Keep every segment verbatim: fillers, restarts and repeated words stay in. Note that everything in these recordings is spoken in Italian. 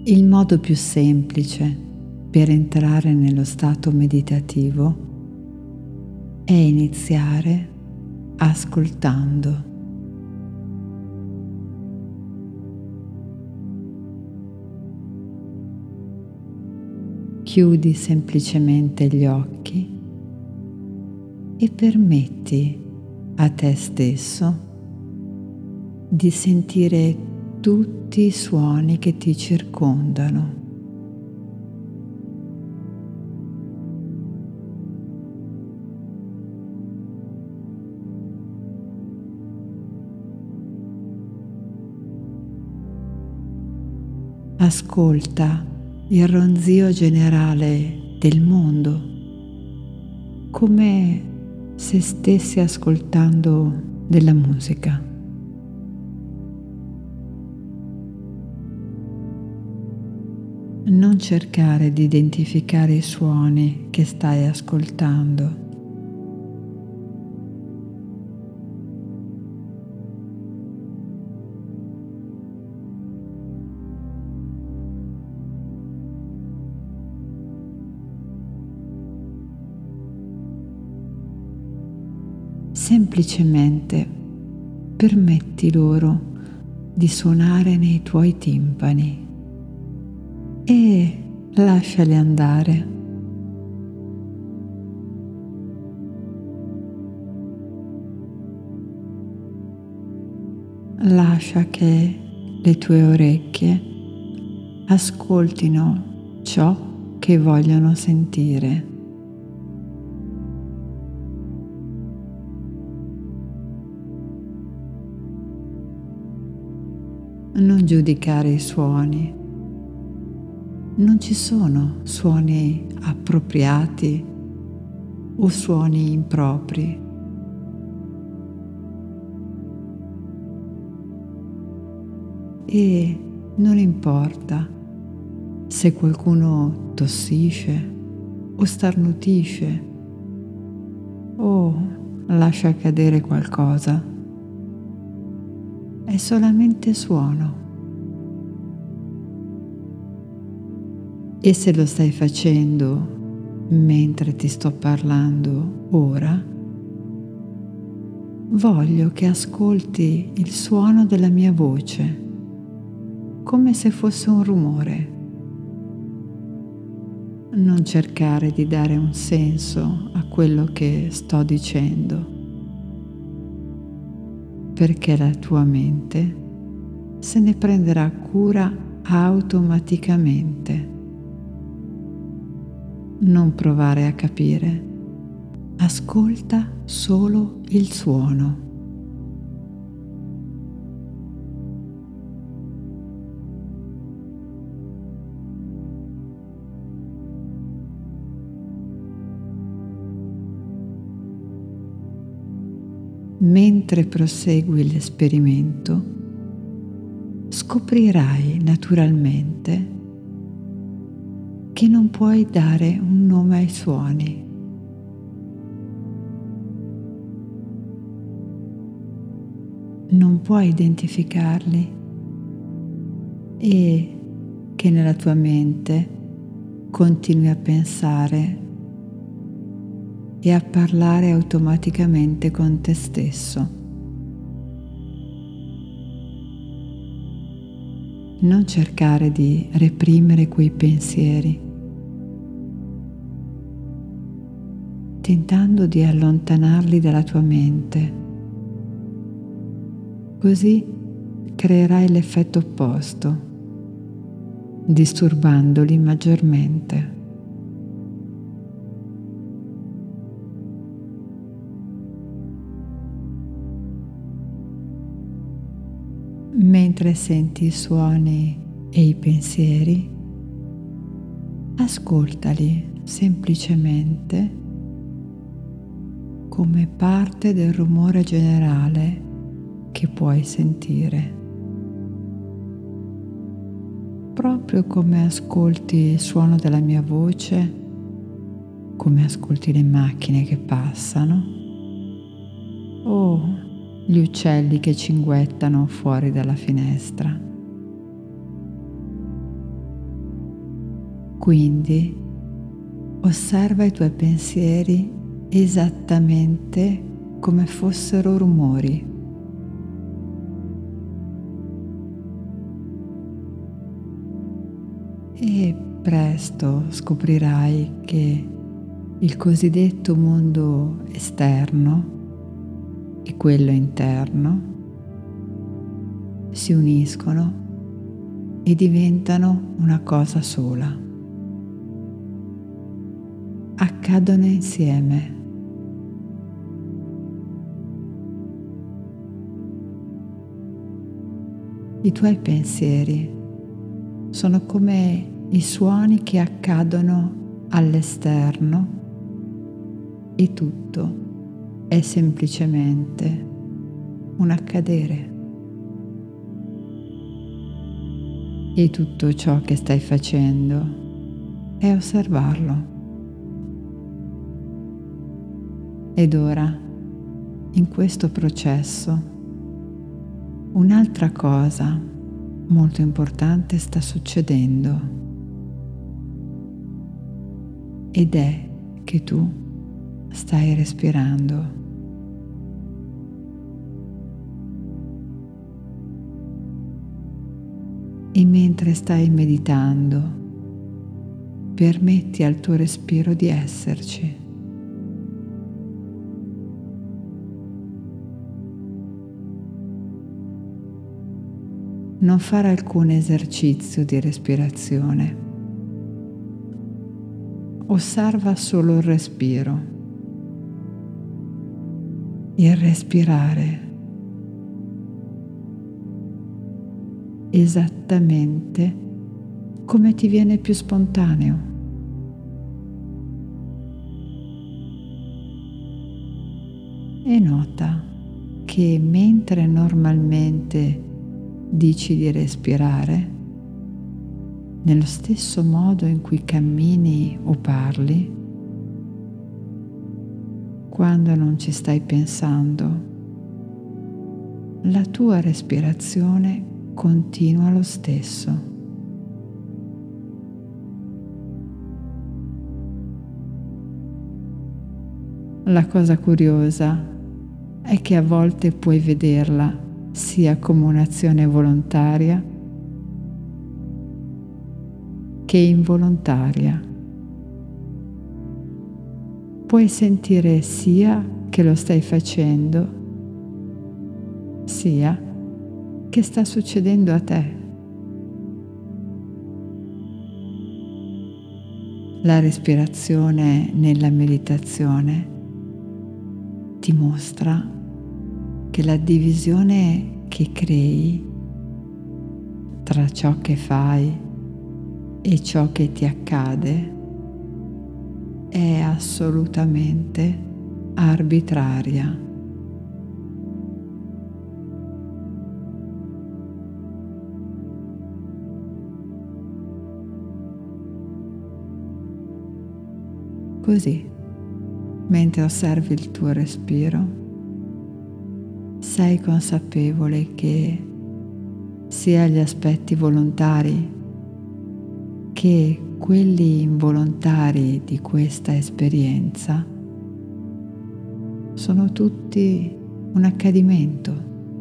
Il modo più semplice per entrare nello stato meditativo è iniziare ascoltando. Chiudi semplicemente gli occhi e permetti a te stesso di sentire tutti i suoni che ti circondano. Ascolta il ronzio generale del mondo, come se stessi ascoltando della musica. Non cercare di identificare i suoni che stai ascoltando. Semplicemente permetti loro di suonare nei tuoi timpani e lasciali andare. Lascia che le tue orecchie ascoltino ciò che vogliono sentire. Non giudicare i suoni. Non ci sono suoni appropriati o suoni impropri. E non importa se qualcuno tossisce o starnutisce o lascia cadere qualcosa. È solamente suono. E se lo stai facendo mentre ti sto parlando ora, voglio che ascolti il suono della mia voce, come se fosse un rumore. Non cercare di dare un senso a quello che sto dicendo, perché la tua mente se ne prenderà cura automaticamente. Non provare a capire, ascolta solo il suono. Mentre prosegui l'esperimento, scoprirai naturalmente che non puoi dare un nome ai suoni. Non puoi identificarli e che nella tua mente continui a pensare e a parlare automaticamente con te stesso. Non cercare di reprimere quei pensieri, tentando di allontanarli dalla tua mente. Così creerai l'effetto opposto, disturbandoli maggiormente. Mentre senti i suoni e i pensieri, ascoltali semplicemente come parte del rumore generale che puoi sentire. Proprio come ascolti il suono della mia voce, come ascolti le macchine che passano o gli uccelli che cinguettano fuori dalla finestra. Quindi osserva i tuoi pensieri esattamente come fossero rumori. E presto scoprirai che il cosiddetto mondo esterno e quello interno si uniscono e diventano una cosa sola. Accadono insieme. I tuoi pensieri sono come i suoni che accadono all'esterno e tutto è semplicemente un accadere. E tutto ciò che stai facendo è osservarlo. Ed ora, in questo processo, un'altra cosa molto importante sta succedendo, ed è che tu stai respirando. E mentre stai meditando, permetti al tuo respiro di esserci. Non fare alcun esercizio di respirazione. Osserva solo il respiro. Il respirare esattamente come ti viene più spontaneo. E nota che mentre normalmente dici di respirare, nello stesso modo in cui cammini o parli, quando non ci stai pensando, la tua respirazione continua lo stesso. La cosa curiosa è che a volte puoi vederla sia come un'azione volontaria che involontaria. Puoi sentire sia che lo stai facendo, sia che sta succedendo a te. La respirazione nella meditazione ti mostra che la divisione che crei tra ciò che fai e ciò che ti accade è assolutamente arbitraria. Così, mentre osservi il tuo respiro, sei consapevole che sia gli aspetti volontari che quelli involontari di questa esperienza sono tutti un accadimento.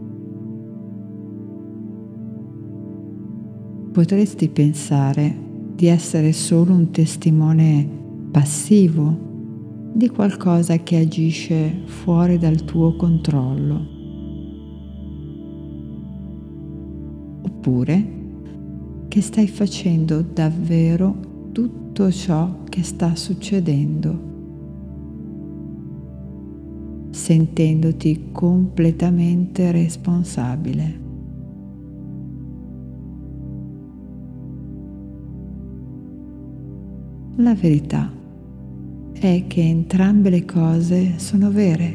Potresti pensare di essere solo un testimone passivo di qualcosa che agisce fuori dal tuo controllo. Oppure che stai facendo davvero tutto ciò che sta succedendo, sentendoti completamente responsabile. La verità è che entrambe le cose sono vere.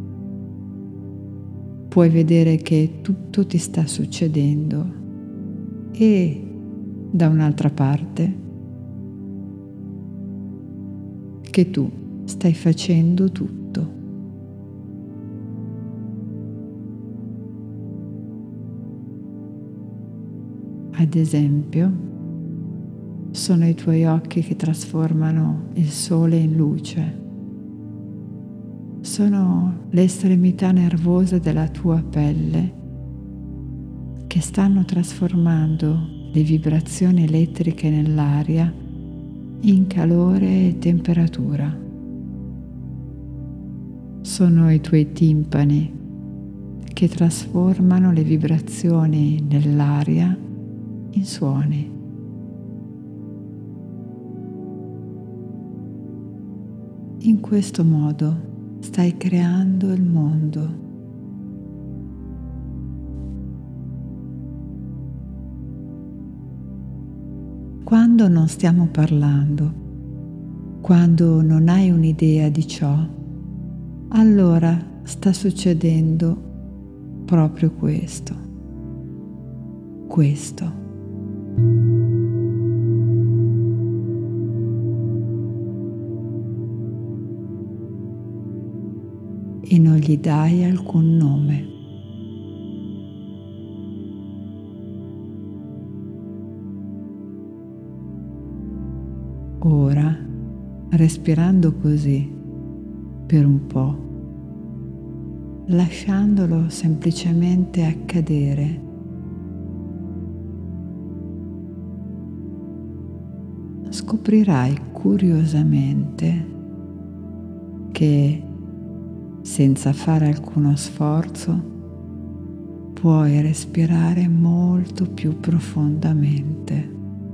Puoi vedere che tutto ti sta succedendo e, da un'altra parte, che tu stai facendo tutto. Ad esempio, sono i tuoi occhi che trasformano il sole in luce. Sono le estremità nervose della tua pelle che stanno trasformando le vibrazioni elettriche nell'aria in calore e temperatura. Sono i tuoi timpani che trasformano le vibrazioni nell'aria in suoni. In questo modo stai creando il mondo. Quando non stiamo parlando, quando non hai un'idea di ciò, allora sta succedendo proprio questo. Questo. E non gli dai alcun nome. Ora, respirando così per un po', lasciandolo semplicemente accadere, scoprirai curiosamente che senza fare alcuno sforzo puoi respirare molto più profondamente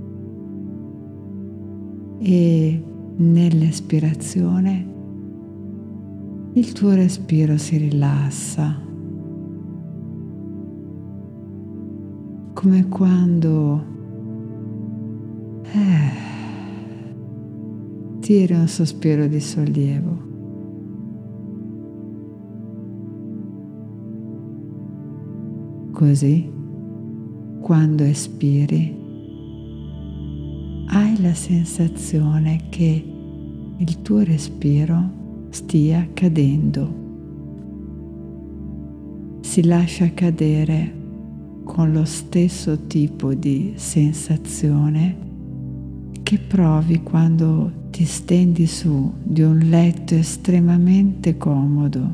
e nell'espirazione il tuo respiro si rilassa, come quando eh, tiri un sospiro di sollievo. Così, quando espiri, hai la sensazione che il tuo respiro stia cadendo. Si lascia cadere con lo stesso tipo di sensazione che provi quando ti stendi su di un letto estremamente comodo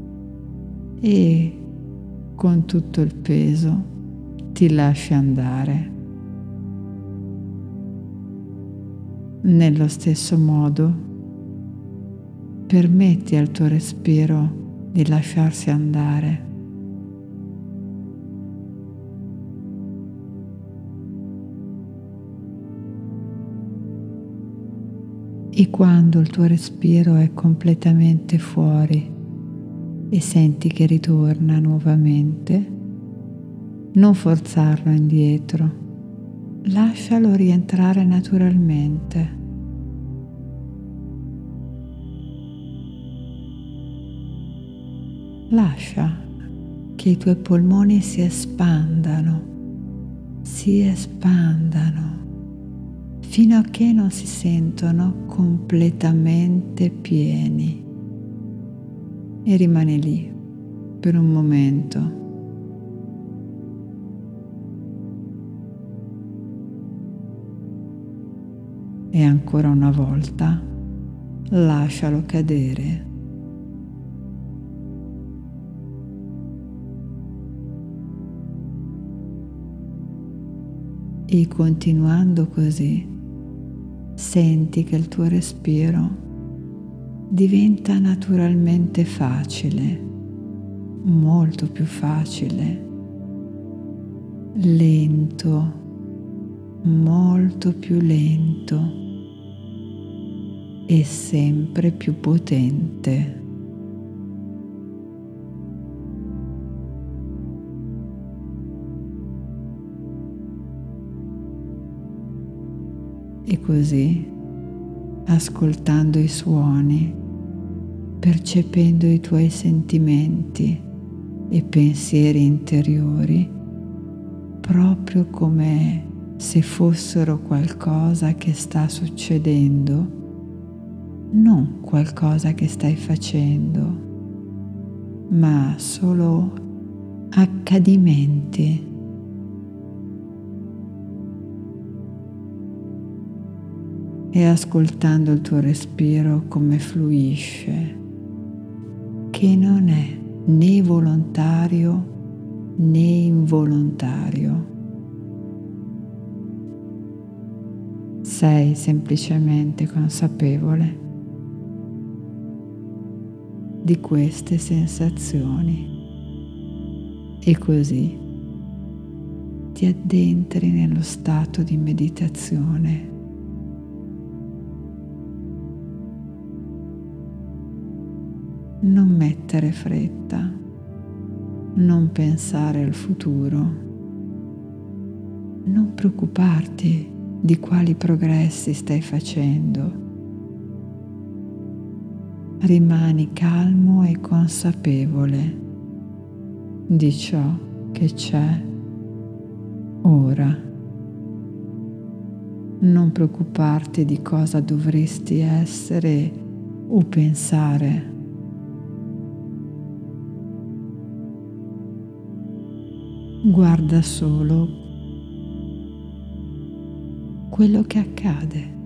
e con tutto il peso ti lasci andare. Nello stesso modo, permetti al tuo respiro di lasciarsi andare. E quando il tuo respiro è completamente fuori e senti che ritorna nuovamente, non forzarlo indietro, lascialo rientrare naturalmente. Lascia che i tuoi polmoni si espandano, si espandano, fino a che non si sentono completamente pieni. E rimani lì per un momento. E ancora una volta lascialo cadere. E continuando così, senti che il tuo respiro diventa naturalmente facile, molto più facile, lento, molto più lento e sempre più potente. E così, ascoltando i suoni, percependo i tuoi sentimenti e pensieri interiori, proprio come se fossero qualcosa che sta succedendo, non qualcosa che stai facendo, ma solo accadimenti. e ascoltando il tuo respiro come fluisce, che non è né volontario né involontario. Sei semplicemente consapevole di queste sensazioni e così ti addentri nello stato di meditazione. Non mettere fretta, non pensare al futuro, non preoccuparti di quali progressi stai facendo. Rimani calmo e consapevole di ciò che c'è ora. Non preoccuparti di cosa dovresti essere o pensare. Guarda solo quello che accade.